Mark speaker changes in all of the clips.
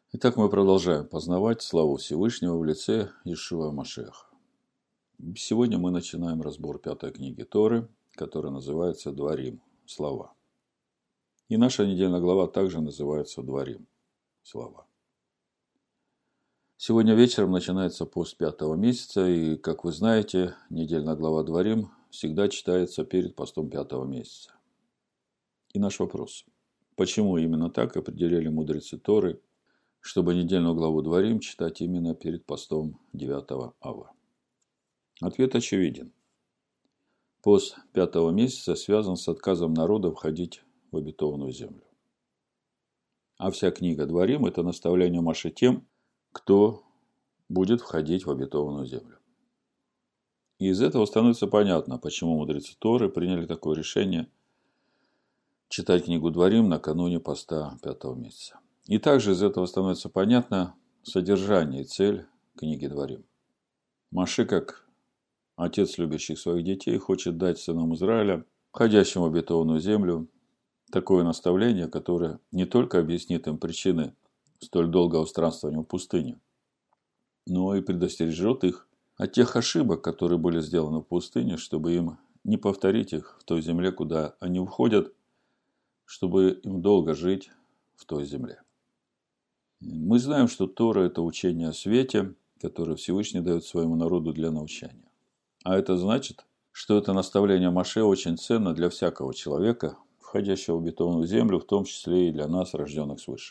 Speaker 1: Итак, мы продолжаем познавать славу Всевышнего в лице Иешуа Машиаха. Сегодня мы начинаем разбор 5 книги Торы, которая называется «Дворим. Слова». И наша недельная глава также называется «Дворим. Слова». Сегодня вечером начинается пост 5-го месяца, и, как вы знаете, недельная глава «Дворим» всегда читается перед постом 5-го месяца. И наш вопрос: почему именно так определили мудрецы Торы, чтобы недельную главу Дворим читать именно перед постом 9-го ава? Ответ очевиден. Пост 5-го месяца связан с отказом народа входить в обетованную землю. А вся книга Дворим – это наставление Моше тем, кто будет входить в обетованную землю. И из этого становится понятно, почему мудрецы Торы приняли такое решение читать книгу Дворим накануне поста 5-го месяца. И также из этого становится понятно содержание и цель книги Дворим. Моше, как отец любящих своих детей, хочет дать сынам Израиля, входящим в обетованную землю, такое наставление, которое не только объяснит им причины столь долгого странствования в пустыне, но и предостережет их от тех ошибок, которые были сделаны в пустыне, чтобы им не повторить их в той земле, куда они входят, чтобы им долго жить в той земле. Мы знаем, что Тора – это учение о свете, которое Всевышний дает своему народу для научания. А это значит, что это наставление Моше очень ценно для всякого человека, входящего в обетованную землю, в том числе и для нас, рожденных свыше.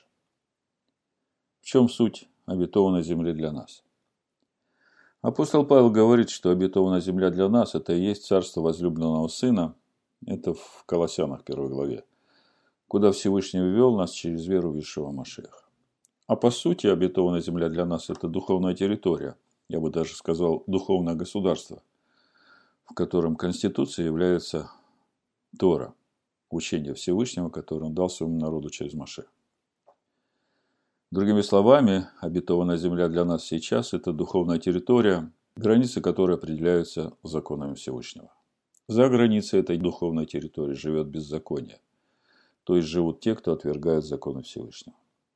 Speaker 1: В чем суть обетованной земли для нас? Апостол Павел говорит, что обетованная земля для нас – это и есть царство возлюбленного Сына, это в Колоссянах 1 главе, куда Всевышний ввел нас через веру в Иешуа Машиаха. А по сути, обетованная земля для нас – это духовная территория, я бы даже сказал, духовное государство, в котором Конституцией является Тора, учение Всевышнего, которое он дал своему народу через Моше. Другими словами, обетованная земля для нас сейчас – это духовная территория, границы которой определяются законами Всевышнего. За границей этой духовной территории живет беззаконие, то есть живут те, кто отвергает законы Всевышнего.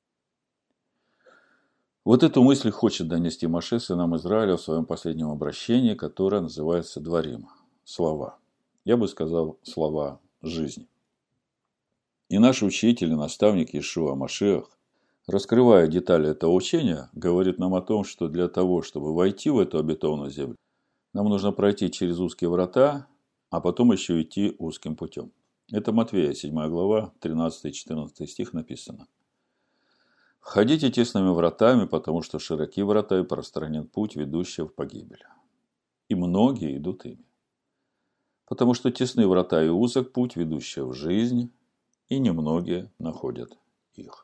Speaker 1: Вот эту мысль хочет донести Моше сынам Израиля в своем последнем обращении, которое называется Дворим. Слова. Я бы сказал, слова жизни. И наш учитель и наставник Иешуа Машиах, раскрывая детали этого учения, говорит нам о том, что для того, чтобы войти в эту обетованную землю, нам нужно пройти через узкие врата, а потом еще идти узким путем. Это Матфея, 7 глава, 13-14 стих написано. «Входите тесными вратами, потому что широки врата и пространен путь, ведущий в погибель. И многие идут ими. Потому что тесны врата и узок путь, ведущий в жизнь, и немногие находят их».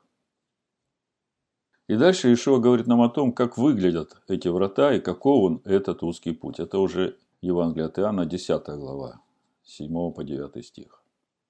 Speaker 1: И дальше Иешуа говорит нам о том, как выглядят эти врата и каков он этот узкий путь. Это уже Евангелие от Иоанна, 10 глава, 7 по 9 стих.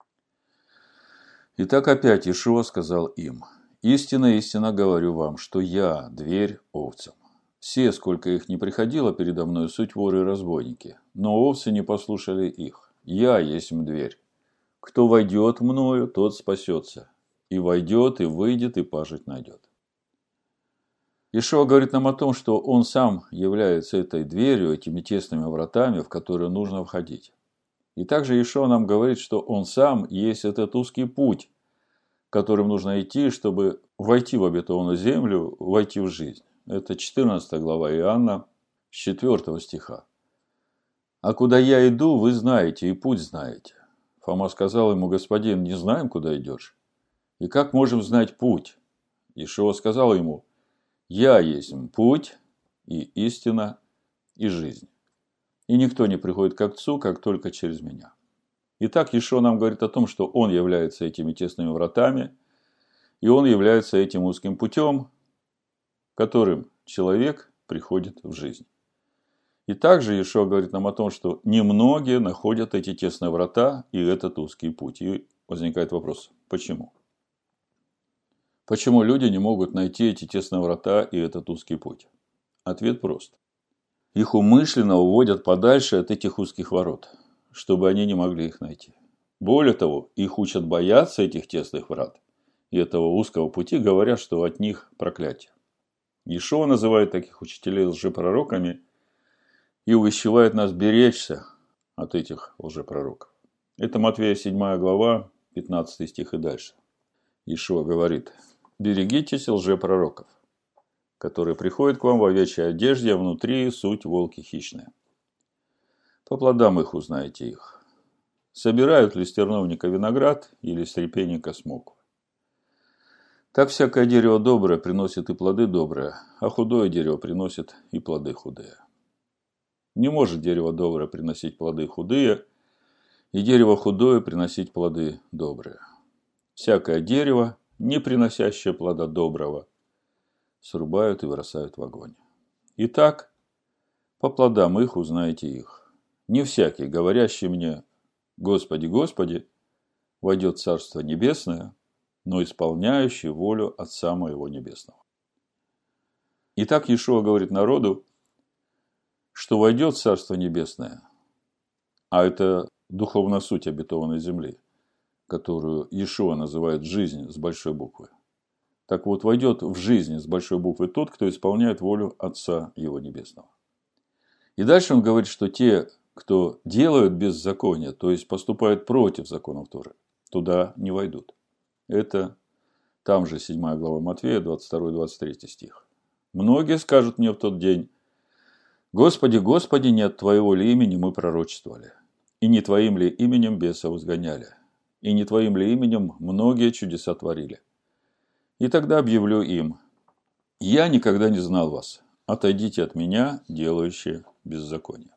Speaker 1: Итак, опять Иешуа сказал им: «Истинно, истинно говорю вам, что я дверь овцам. Все, сколько их не приходило передо мной, суть воры и разбойники, но овцы не послушали их. Я есть дверь. Кто войдет мною, тот спасется. И войдет, и выйдет, и пажить найдет». Иешуа говорит нам о том, что он сам является этой дверью, этими тесными вратами, в которые нужно входить. И также Иешуа нам говорит, что он сам есть этот узкий путь, которым нужно идти, чтобы войти в обетованную землю, войти в жизнь. Это 14 глава Иоанна, с 4 стиха. «А куда я иду, вы знаете, и путь знаете». Фома сказал ему: «Господин, не знаем, куда идешь. И как можем знать путь?» Иешуа сказал ему: «Я есть путь, и истина, и жизнь. И никто не приходит к Отцу, как только через меня». Итак, Иешуа нам говорит о том, что он является этими тесными вратами, и он является этим узким путем, которым человек приходит в жизнь. И также Иешуа говорит нам о том, что немногие находят эти тесные врата и этот узкий путь. И возникает вопрос: почему? Почему люди не могут найти эти тесные врата и этот узкий путь? Ответ прост. Их умышленно уводят подальше от этих узких ворот, чтобы они не могли их найти. Более того, их учат бояться этих тесных врат и этого узкого пути, говорят, что от них проклятие. Иешуа называет таких учителей лжепророками и увещевает нас беречься от этих лжепророков. Это Матвея 7 глава, 15 стих и дальше. Иешуа говорит: «Берегитесь лжепророков, которые приходят к вам в овечьей одежде, а внутри суть волки хищные. По плодам их узнаете их. Собирают ли с терновника виноград или с репейника смокву? Так всякое дерево доброе приносит и плоды добрые, а худое дерево приносит и плоды худые. Не может дерево доброе приносить плоды худые, и дерево худое приносить плоды добрые. Всякое дерево, не приносящее плода доброго, срубают и бросают в огонь. Итак, по плодам их узнаете их. Не всякий, говорящий мне: Господи, Господи, войдет в Царство Небесное, но исполняющий волю Отца Моего Небесного». Итак, Иешуа говорит народу, что войдет в Царство Небесное, а это духовная суть обетованной земли, которую Иешуа называет жизнь с большой буквы. Так вот, войдет в жизнь с большой буквы тот, кто исполняет волю Отца Его Небесного. И дальше он говорит, что те, кто делают беззаконие, то есть поступают против законов Торы, туда не войдут. Это там же 7 глава Матвея, 22-23 стих. «Многие скажут мне в тот день: Господи, Господи, не от Твоего ли имени мы пророчествовали? И не Твоим ли именем бесов изгоняли? И не Твоим ли именем многие чудеса творили? И тогда объявлю им: я никогда не знал вас. Отойдите от меня, делающие беззаконие».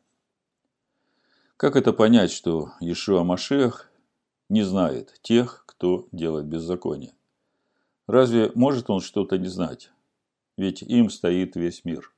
Speaker 1: Как это понять, что Иешуа Машиах не знает тех, кто делает беззаконие? Разве может он что-то не знать? Ведь им стоит весь мир.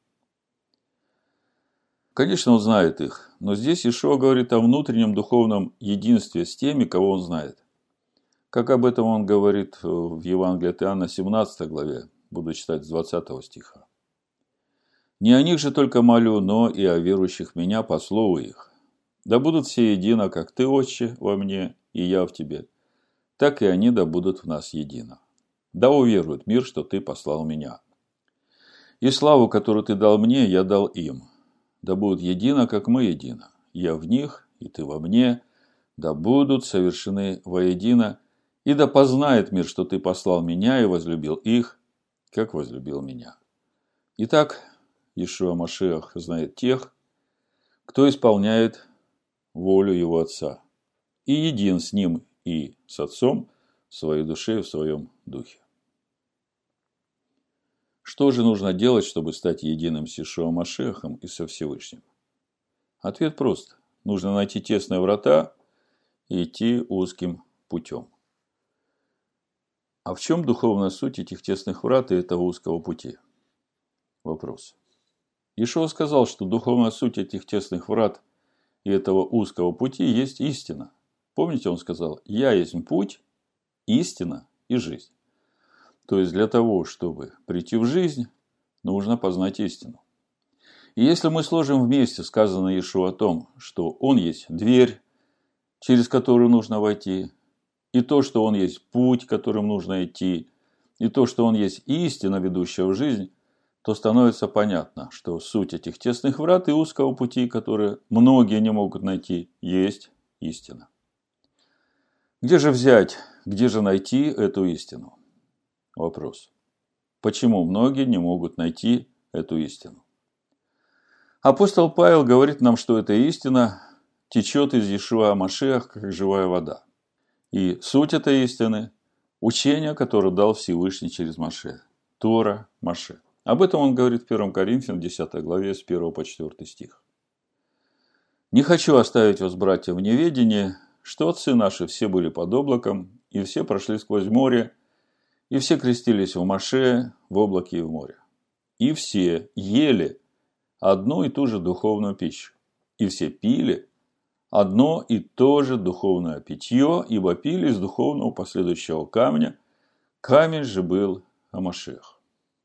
Speaker 1: Конечно, он знает их, но здесь Иешуа говорит о внутреннем духовном единстве с теми, кого он знает. Как об этом он говорит в Евангелии от Иоанна 17 главе, буду читать с 20 стиха. «Не о них же только молю, но и о верующих в меня по слову их. Да будут все едино, как Ты, Отче, во мне, и я в Тебе, так и они да будут в нас едино. Да уверует мир, что Ты послал меня. И славу, которую Ты дал мне, я дал им. Да будут едино, как мы едино. Я в них, и Ты во мне, да будут совершены воедино, и да познает мир, что Ты послал меня и возлюбил их, как возлюбил меня». Итак, Иешуа Машиах знает тех, кто исполняет волю Его Отца, и един с Ним и с Отцом в своей душе и в своем духе. Что же нужно делать, чтобы стать единым с Иешуа Машиахом и со Всевышним? Ответ прост. Нужно найти тесные врата и идти узким путем. А в чем духовная суть этих тесных врат и этого узкого пути? Вопрос. Иешуа сказал, что духовная суть этих тесных врат и этого узкого пути есть истина. Помните, он сказал: «Я есть путь, истина и жизнь». То есть, для того, чтобы прийти в жизнь, нужно познать истину. И если мы сложим вместе сказанное Иешуа о том, что Он есть дверь, через которую нужно войти, и то, что Он есть путь, которым нужно идти, и то, что Он есть истина, ведущая в жизнь, то становится понятно, что суть этих тесных врат и узкого пути, которые многие не могут найти, есть истина. Где же взять, где же найти эту истину? Вопрос. Почему многие не могут найти эту истину? Апостол Павел говорит нам, что эта истина течет из Иешуа Машиах, как живая вода. И суть этой истины – учение, которое дал Всевышний через Моше. Тора Моше. Об этом он говорит в 1 Коринфянам 10 главе с 1 по 4 стих. «Не хочу оставить вас, братья, в неведении, что отцы наши все были под облаком, и все прошли сквозь море, и все крестились в Моше, в облаке и в море. И все ели одну и ту же духовную пищу, и все пили одно и то же духовное питье, ибо пили из духовного последующего камня, камень же был Машиах».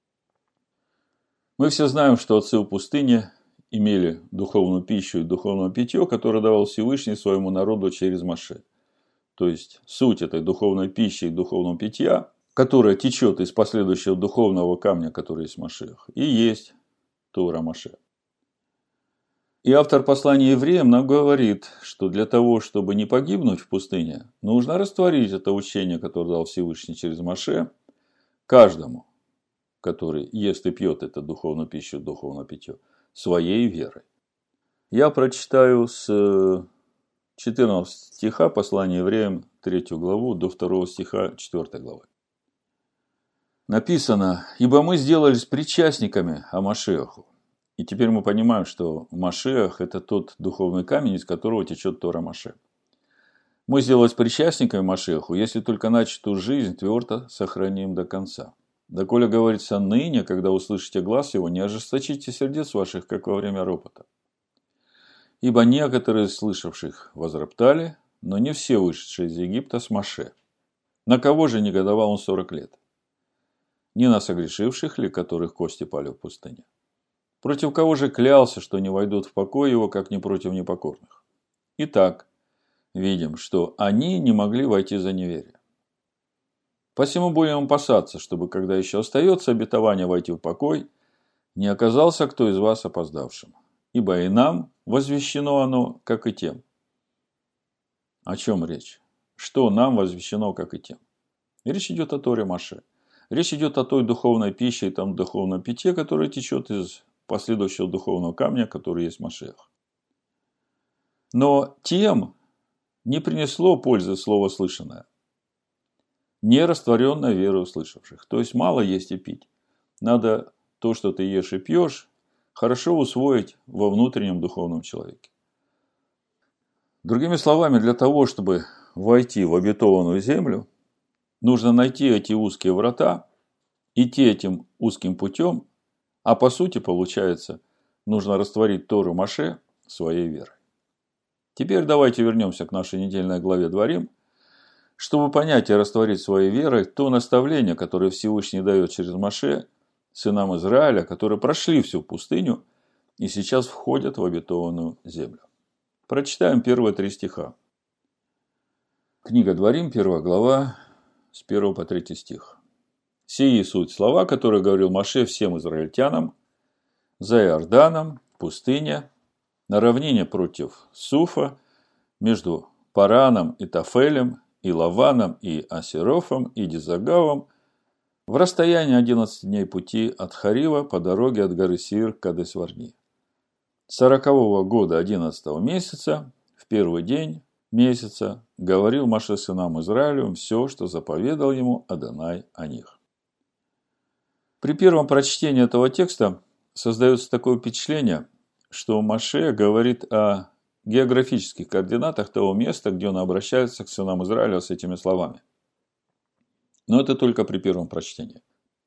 Speaker 1: Мы все знаем, что отцы в пустыне имели духовную пищу и духовное питье, которое давал Всевышний своему народу через Моше. То есть, суть этой духовной пищи и духовного питья, которая течет из последующего духовного камня, который есть Машиах, и есть Тора Моше. И автор послания евреям нам говорит, что для того, чтобы не погибнуть в пустыне, нужно растворить это учение, которое дал Всевышний через Моше, каждому, который ест и пьет эту духовную пищу, духовное питье, своей верой. Я прочитаю с 14 стиха послания евреям 3 главу до 2 стиха 4 главы. Написано: «Ибо мы сделались причастниками о Машиаху». И теперь мы понимаем, что Машиах – это тот духовный камень, из которого течет Тора Моше. Мы сделались причастниками Машиаху, если только начатую жизнь твердо сохраним до конца. Доколе говорится ныне, когда услышите глас его, не ожесточите сердец ваших, как во время ропота. Ибо некоторые из слышавших возроптали, но не все вышедшие из Египта с Моше. На кого же негодовал он 40 лет? Не на согрешивших ли, которых кости пали в пустыне? Против кого же клялся, что не войдут в покой его, как не против непокорных? Итак, видим, что они не могли войти за неверие. Посему будем опасаться, чтобы, когда еще остается обетование войти в покой, не оказался кто из вас опоздавшим. Ибо и нам возвещено оно, как и тем. О чем речь? Что нам возвещено, как и тем? Речь идет о Торе Моше. Речь идет о той духовной пище и том духовном питье, которое течет из последующего духовного камня, который есть Машиах. Но тем не принесло пользы слово слышанное, не растворенная вера услышавших. То есть мало есть и пить. Надо то, что ты ешь и пьешь, хорошо усвоить во внутреннем духовном человеке. Другими словами, для того, чтобы войти в обетованную землю, нужно найти эти узкие врата, идти этим узким путем, а по сути, получается, нужно растворить Тору Моше своей верой. Теперь давайте вернемся к нашей недельной главе Дворим, чтобы понять и растворить своей верой то наставление, которое Всевышний дает через Моше сынам Израиля, которые прошли всю пустыню и сейчас входят в обетованную землю. Прочитаем первые 3 стиха. Книга Дворим, 1 глава, с 1 по 3 стих. «Сии суть слова, которые говорил Моше всем израильтянам за Иорданом, в пустыне, на равнине против Суфа, между Параном и Тафелем, и Лаваном, и Асерофом, и Дизагавом, в расстоянии 11 дней пути от Харива по дороге от горы Сир к Кадес-Варни. 40-го года 11-го месяца, в первый день месяца, говорил Моше сынам Израилевым все, что заповедал ему Адонай о них». При первом прочтении этого текста создается такое впечатление, что Моше говорит о географических координатах того места, где он обращается к сынам Израиля с этими словами. Но это только при первом прочтении.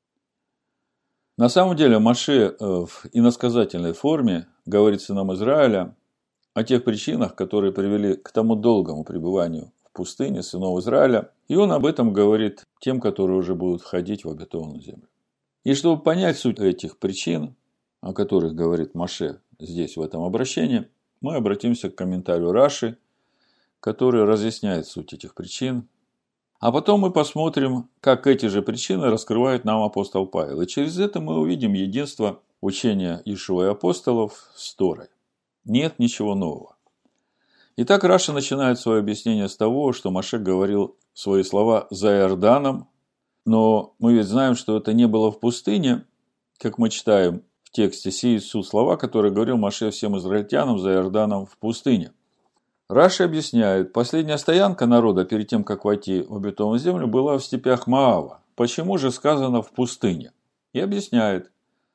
Speaker 1: На самом деле Моше в иносказательной форме говорит сынам Израиля о тех причинах, которые привели к тому долгому пребыванию в пустыне сынов Израиля, и он об этом говорит тем, которые уже будут входить в обетованную землю. И чтобы понять суть этих причин, о которых говорит Моше здесь, в этом обращении, мы обратимся к комментарию Раши, который разъясняет суть этих причин. А потом мы посмотрим, как эти же причины раскрывает нам апостол Павел. И через это мы увидим единство учения Иешуа и апостолов с Торой. Нет ничего нового. Итак, Раши начинает свое объяснение с того, что Моше говорил свои слова за Иорданом, но мы ведь знаем, что это не было в пустыне, как мы читаем в тексте «Сии суть слова, которые говорил Моше всем израильтянам за Иорданом в пустыне». Раши объясняет, последняя стоянка народа перед тем, как войти в обетованную землю, была в степях Моава. Почему же сказано в пустыне? И объясняет.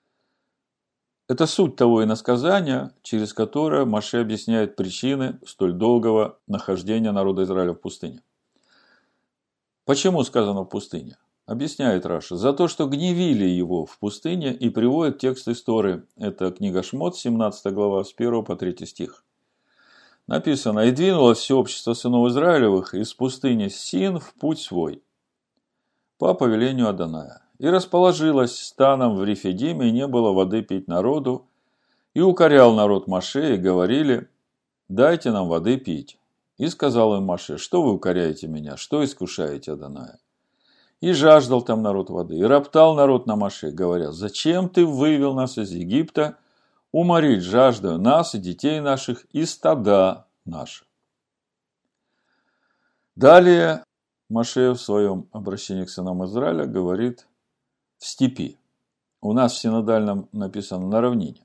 Speaker 1: Это суть того иносказания, через которое Моше объясняет причины столь долгого нахождения народа Израиля в пустыне. Почему сказано в пустыне? Объясняет Раши. За то, что гневили его в пустыне, и приводит текст истории. Это книга Шмот, 17 глава, с 1 по 3 стих. Написано: «И двинулось все общество сынов Израилевых из пустыни Син в путь свой, по повелению Адоная. И расположилось станом в Рефидиме, и не было воды пить народу. И укорял народ Моше, и говорили: дайте нам воды пить. И сказал им Моше: что вы укоряете меня, что искушаете Адоная? И жаждал там народ воды, и роптал народ на Моше, говоря: зачем ты вывел нас из Египта, уморить жаждою нас и детей наших, и стада наши. Далее Моше в своем обращении к сынам Израиля говорит в степи. У нас в синодальном написано на равнине.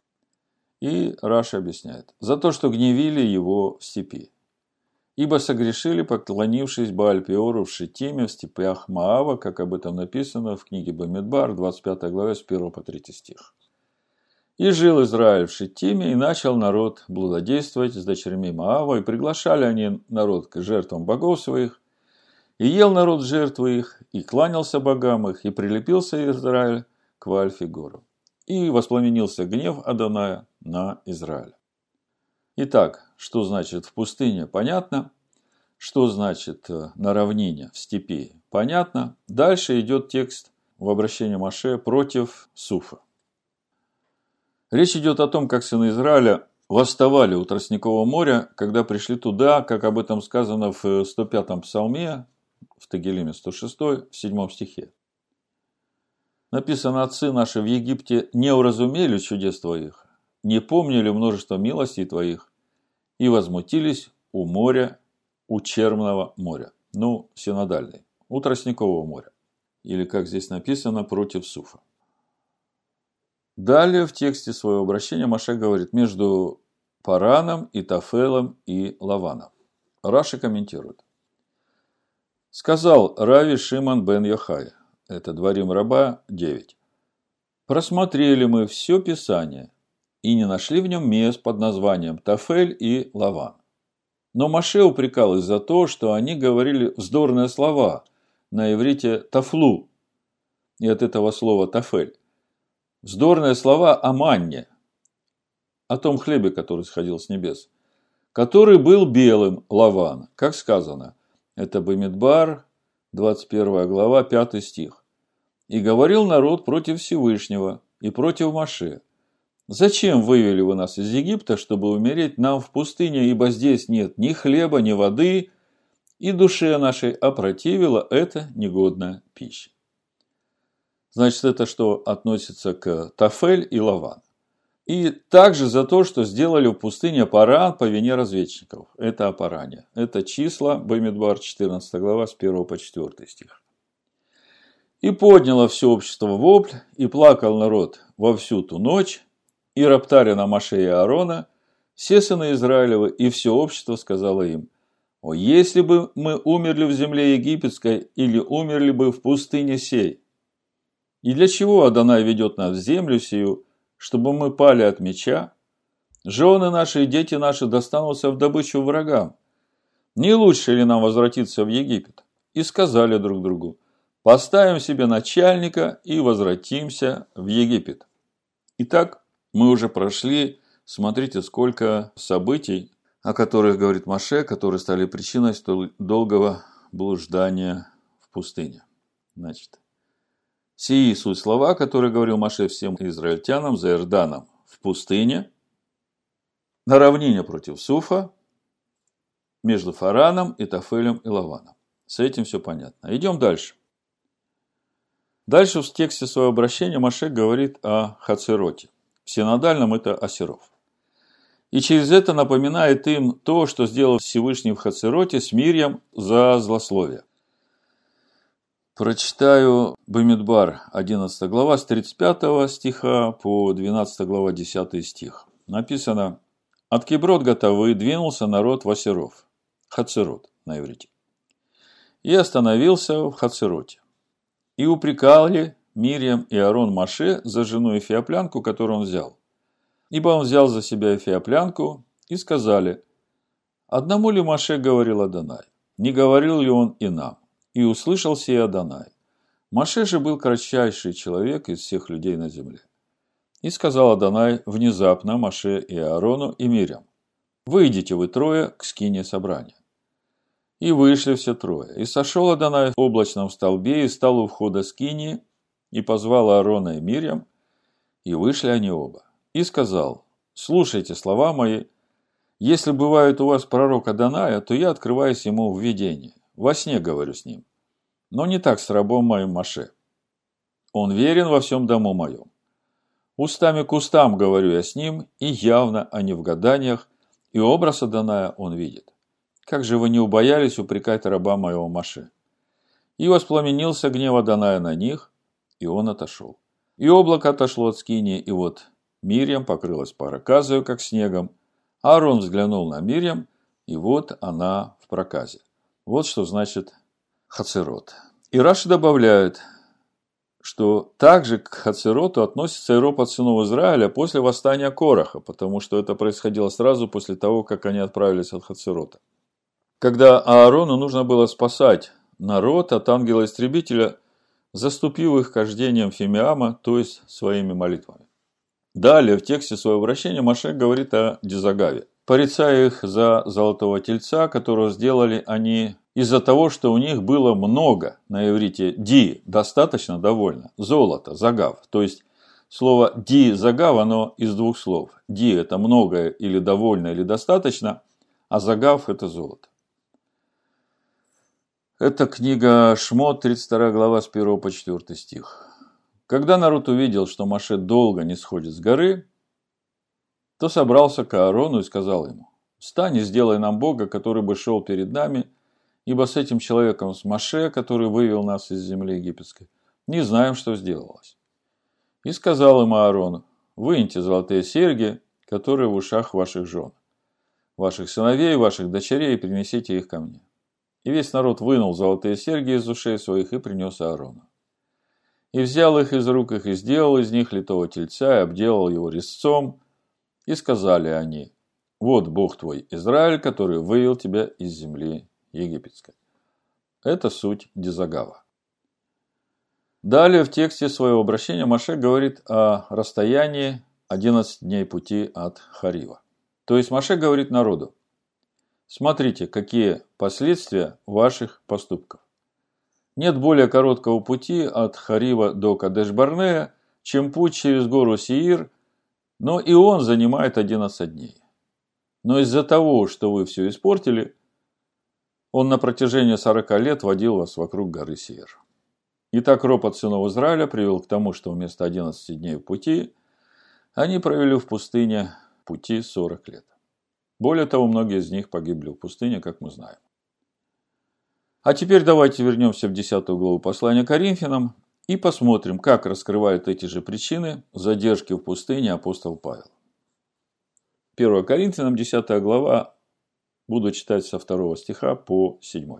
Speaker 1: И Раши объясняет: за то, что гневили его в степи. Ибо согрешили, поклонившись Бааль-Пеору в Шитиме, в степях Моава, как об этом написано в книге Бамидбар, 25 главе, с 1 по 3 стих. И жил Израиль в Шитиме, и начал народ блудодействовать с дочерьми Моава, и приглашали они народ к жертвам богов своих, и ел народ жертвы их, и кланялся богам их, и прилепился Израиль к Вааль-Фигору. И воспламенился гнев Адоная на Израиль. Итак, что значит в пустыне? Понятно. Что значит на равнине, в степи? Понятно. Дальше идет текст в обращении Моше против Суфа. Речь идет о том, как сыны Израиля восставали у Тростникового моря, когда пришли туда, как об этом сказано в 105-м псалме, в Тегелиме 106, в 7 стихе. Написано: отцы наши в Египте не уразумели чудес твоих, не помнили множество милостей твоих, и возмутились у моря, у Черного моря. Синодальный, у Тростникового моря. Или, как здесь написано, против Суфа. Далее в тексте своего обращения Моше говорит: между Параном и Тафелом и Лаваном. Раши комментирует. Сказал Рави Шимон бен Йохай, это Дворим раба 9. Просмотрели мы все Писание и не нашли в нем мест под названием Тафель и Лаван. Но Моше упрекал их за то, что они говорили вздорные слова на иврите тафлу, и от этого слова тафель. Вздорные слова о манне, о том хлебе, который сходил с небес, который был белым, Лаван, как сказано. Это Бамидбар, 21 глава, 5 стих. И говорил народ против Всевышнего и против Моше: зачем вывели вы нас из Египта, чтобы умереть нам в пустыне, ибо здесь нет ни хлеба, ни воды, и душе нашей опротивила эта негодная пища. Значит, это что относится к Тафель и Лаван. И также за то, что сделали в пустыне Паран по вине разведчиков. Это о Паране. Это числа, Бамидбар, 14 глава, с 1 по 4 стих. И подняло все общество вопль, и плакал народ во всю ту ночь, и роптали на Моше и Аарона все сыны Израилевы, и все общество сказало им: о, если бы мы умерли в земле египетской, или умерли бы в пустыне сей. И для чего Адонай ведет нас в землю сию, чтобы мы пали от меча? Жены наши и дети наши достанутся в добычу врагам. Не лучше ли нам возвратиться в Египет? И сказали друг другу: поставим себе начальника и возвратимся в Египет. Итак, мы уже прошли, смотрите, сколько событий, о которых говорит Моше, которые стали причиной столь долгого блуждания в пустыне. Значит, сии суть слова, которые говорил Моше всем израильтянам за Иорданом в пустыне, на равнине против Суфа, между Фараном и Тафелем и Лаваном. С этим все понятно. Идем дальше. Дальше в тексте своего обращения Моше говорит о Хацероте. В синодальном это Асиров. И через это напоминает им то, что сделал Всевышний в Хацероте с Мирьям за злословие. Прочитаю Бамидбар, 11 глава, с 35 стиха по 12 глава, 10 стих. Написано: от Киброт Готавы двинулся народ в Асиров, Хацерот на иврите, и остановился в Хацероте. И упрекали Мирьям и Аарон Моше за жену эфиоплянку, которую он взял. Ибо он взял за себя эфиоплянку, и сказали: одному ли Моше говорил Адонай, не говорил ли он и нам? И услышал сей Адонай. Моше же был кратчайший человек из всех людей на земле. И сказал Адонай внезапно Моше и Аарону и Мирьям: выйдите вы трое к скине собрания. И вышли все трое. И сошел Адонай в облачном столбе и стал у входа скинии, и позвал Аарона и Мирьям, и вышли они оба. И сказал: слушайте слова мои, если бывает у вас пророк Адоная, то я открываюсь ему в видении, во сне говорю с ним. но не так с рабом моим Моше. Он верен во всем дому моем. Устами к устам говорю я с ним, и явно, а не в гаданиях, и образ Адоная он видит. Как же вы не убоялись упрекать раба моего Моше? И воспламенился гнев Адоная на них, и он отошел. И облако отошло от скинии, и вот Мирьям покрылась проказою, как снегом. Аарон взглянул на Мирьям, и вот она в проказе. Вот что значит хацерот. И Раши добавляют, что также к хацероту относится и ропот сынов Израиля после восстания Кораха, потому что это происходило сразу после того, как они отправились от хацерота. Когда Аарону нужно было спасать народ от ангела-истребителя, заступив их хождением Фимиама, то есть своими молитвами. Далее в тексте своего обращения Моше говорит о Дизагаве, порицая их за золотого тельца, которого сделали они из-за того, что у них было много, на иврите ди, достаточно, довольно, золото, загав. То есть слово ди, загав, оно из двух слов. Ди – это многое или довольно, или достаточно, а загав – это золото. Это книга Шмот, 32 глава, с 1 по 4 стих. Когда народ увидел, что Моше долго не сходит с горы, то собрался к Аарону и сказал ему: «Встань и сделай нам Бога, который бы шел перед нами, ибо с этим человеком, с Моше, который вывел нас из земли египетской, не знаем, что сделалось». И сказал им Аарону: «Выньте золотые серьги, которые в ушах ваших жен, ваших сыновей, ваших дочерей, и принесите их ко мне». И весь народ вынул золотые серьги из ушей своих и принес Аарону. И взял их из рук их, и сделал из них литого тельца, и обделал его резцом. И сказали они: «Вот Бог твой, Израиль, который вывел тебя из земли египетской». Это суть Дизагава. Далее в тексте своего обращения Моше говорит о расстоянии 11 дней пути от Харива. То есть Моше говорит народу: смотрите, какие последствия ваших поступков. Нет более короткого пути от Харива до Кадеш-Барнея, чем путь через гору Сеир, но и он занимает 11 дней. Но из-за того, что вы все испортили, он на протяжении 40 лет водил вас вокруг горы Сеир. Итак, ропот сынов Израиля привел к тому, что вместо 11 дней в пути они провели в пустыне пути 40 лет. Более того, многие из них погибли в пустыне, как мы знаем. А теперь давайте вернемся в 10 главу послания Коринфянам и посмотрим, как раскрывает эти же причины задержки в пустыне апостол Павел. 1 Коринфянам, 10 глава, буду читать со 2 стиха по 7.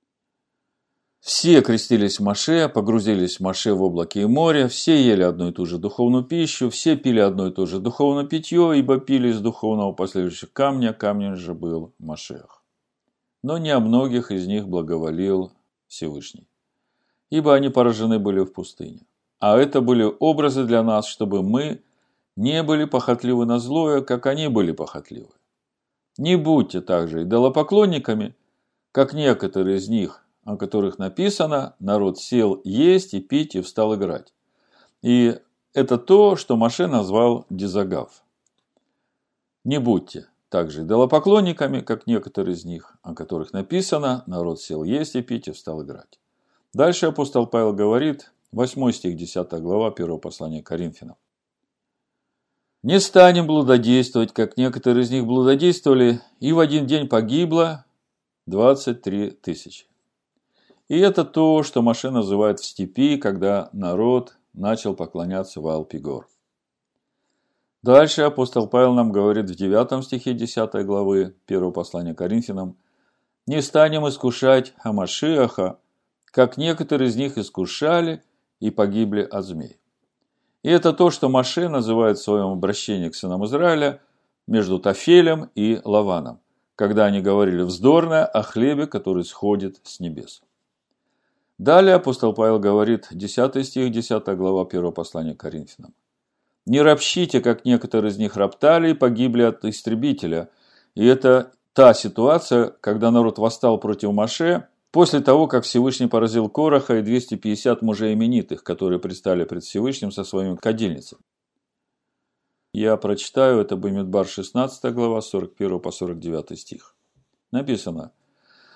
Speaker 1: «Все крестились в Моше, погрузились в Моше в облаке и море, все ели одну и ту же духовную пищу, все пили одно и то же духовное питье, ибо пили из духовного последующего камня, камнем же был Машиах. Но не о многих из них благоволил Всевышний, ибо они поражены были в пустыне. А это были образы для нас, чтобы мы не были похотливы на злое, как они были похотливы. Не будьте также идолопоклонниками, как некоторые из них, о которых написано: народ сел есть и пить и встал играть». И это то, что Моше назвал Дизагав. Не будьте также идолопоклонниками, как некоторые из них, о которых написано: народ сел есть и пить и встал играть. Дальше апостол Павел говорит, 8 стих, 10 глава, 1 послания Коринфянам. «Не станем блудодействовать, как некоторые из них блудодействовали, и в один день погибло 23 тысячи». И это то, что Моше называет в степи, когда народ начал поклоняться Ваал-Пегор. Дальше апостол Павел нам говорит в 9 стихе 10 главы 1 послания Коринфянам: «Не станем искушать Хамашиаха, как некоторые из них искушали и погибли от змей». И это то, что Моше называет в своем обращении к сынам Израиля между Тофелем и Лаваном, когда они говорили вздорное о хлебе, который сходит с небес. Далее апостол Павел говорит, 10 стих, 10 глава 1 послания Коринфянам: «Не ропщите, как некоторые из них роптали и погибли от истребителя». И это та ситуация, когда народ восстал против Моше после того, как Всевышний поразил Кораха и 250 мужей именитых, которые предстали пред Всевышним со своими кадильницами. Я прочитаю, это Бамидбар 16 глава, 41 по 49 стих. Написано: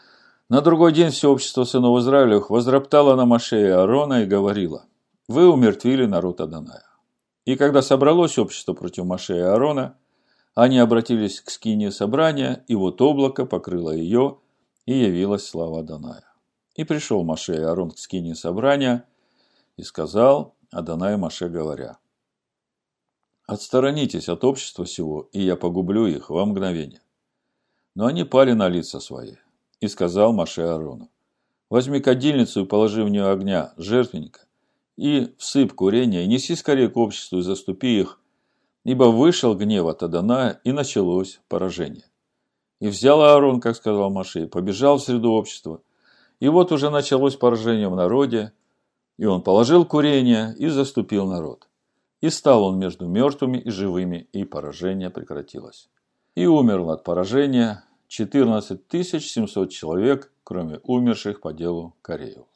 Speaker 1: На другой день все общество сынов Израилевых возроптало на Моше и Аарона и говорило: «Вы умертвили народ Адоная». И когда собралось общество против Моше и Аарона, они обратились к скинии собрания, и вот облако покрыло ее, и явилась слава Адоная. И пришел Моше и Аарон к скинии собрания, и сказал Адонай Моше, говоря: «Отсторонитесь от общества сего, и я погублю их во мгновение». Но они пали на лица свои. И сказал Моше Аарону: «Возьми кадильницу и положи в нее огня, жертвенника, и всыпь курение, и неси скорее к обществу, и заступи их, ибо вышел гнев от Адоная, и началось поражение». И взял Аарон, как сказал Моше, и побежал в среду общества. И вот уже началось поражение в народе, и он положил курение и заступил народ. И стал он между мертвыми и живыми, и поражение прекратилось. И умерло от поражения 14 700 человек, кроме умерших по делу Корею.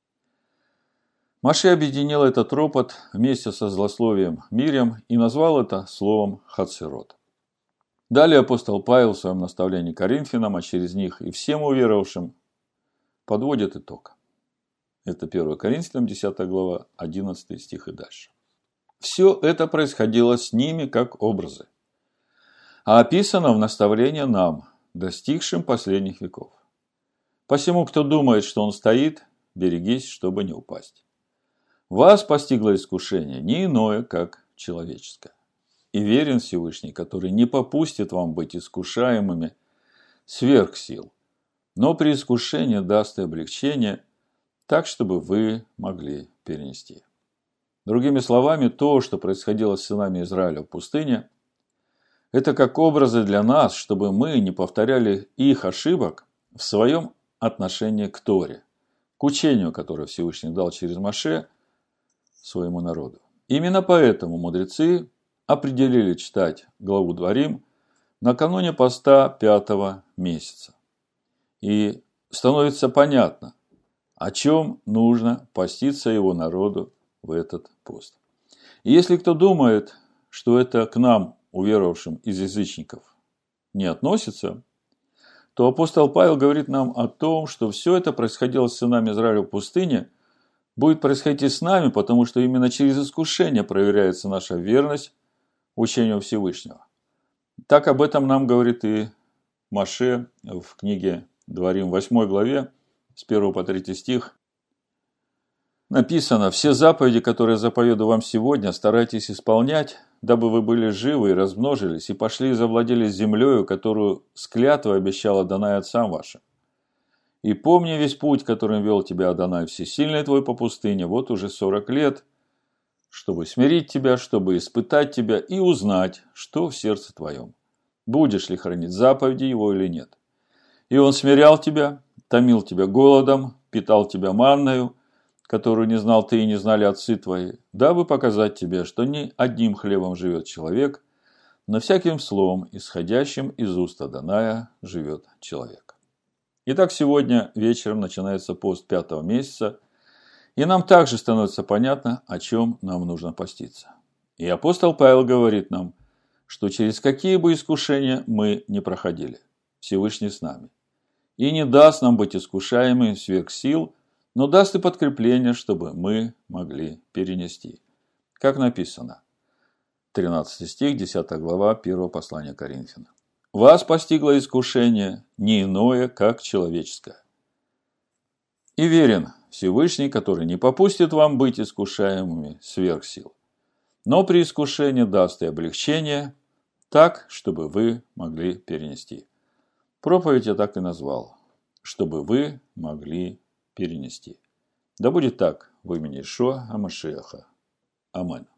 Speaker 1: Моше объединил этот ропот вместе со злословием Мирьям и назвал это словом Хацерот. Далее апостол Павел в своем наставлении Коринфянам, а через них и всем уверовавшим, подводит итог. Это 1 Коринфянам, 10 глава, 11 стих и дальше. Все это происходило с ними как образы, а описано в наставлении нам, достигшим последних веков. Посему, кто думает, что он стоит, берегись, чтобы не упасть. Вас постигло искушение не иное, как человеческое. И верен Всевышний, который не попустит вам быть искушаемыми сверх сил, но при искушении даст и облегчение, так, чтобы вы могли перенести. Другими словами, то, что происходило с сынами Израиля в пустыне, это как образы для нас, чтобы мы не повторяли их ошибок в своем отношении к Торе, к учению, которое Всевышний дал через Моше своему народу. Именно поэтому мудрецы определили читать главу Дворим накануне поста 5-го месяца. И становится понятно, о чем нужно поститься его народу в этот пост. И если кто думает, что это к нам, уверовавшим из язычников, не относится, то апостол Павел говорит нам о том, что все это происходило с сынами Израиля в пустыне, будет происходить и с нами, потому что именно через искушение проверяется наша верность учению Всевышнего. Так об этом нам говорит и Моше в книге Дворим, 8 главе, с 1 по 3 стих. Написано: «Все заповеди, которые я заповедую вам сегодня, старайтесь исполнять, дабы вы были живы и размножились, и пошли и завладели землею, которую с клятвой обещал Адонай отцам вашим. И помни весь путь, которым вел тебя Адонай Всесильный твой по пустыне, вот уже 40 лет, чтобы смирить тебя, чтобы испытать тебя и узнать, что в сердце твоем, будешь ли хранить заповеди его или нет. И он смирял тебя, томил тебя голодом, питал тебя манною, которую не знал ты и не знали отцы твои, дабы показать тебе, что не одним хлебом живет человек, но всяким словом, исходящим из уст Адоная, живет человек». Итак, сегодня вечером начинается пост 5-го месяца, и нам также становится понятно, о чем нам нужно поститься. И апостол Павел говорит нам, что через какие бы искушения мы не проходили, Всевышний с нами. И не даст нам быть искушаемыми сверх сил, но даст и подкрепление, чтобы мы могли перенести. Как написано, 13 стих, 10 глава 1 послания Коринфянам. «Вас постигло искушение не иное, как человеческое. И верен Всевышний, который не попустит вам быть искушаемыми сверх сил, но при искушении даст и облегчение, так, чтобы вы могли перенести». Проповедь я так и назвал, чтобы вы могли перенести. Да будет так в имени Ишуа ха-Машиаха. Аминь.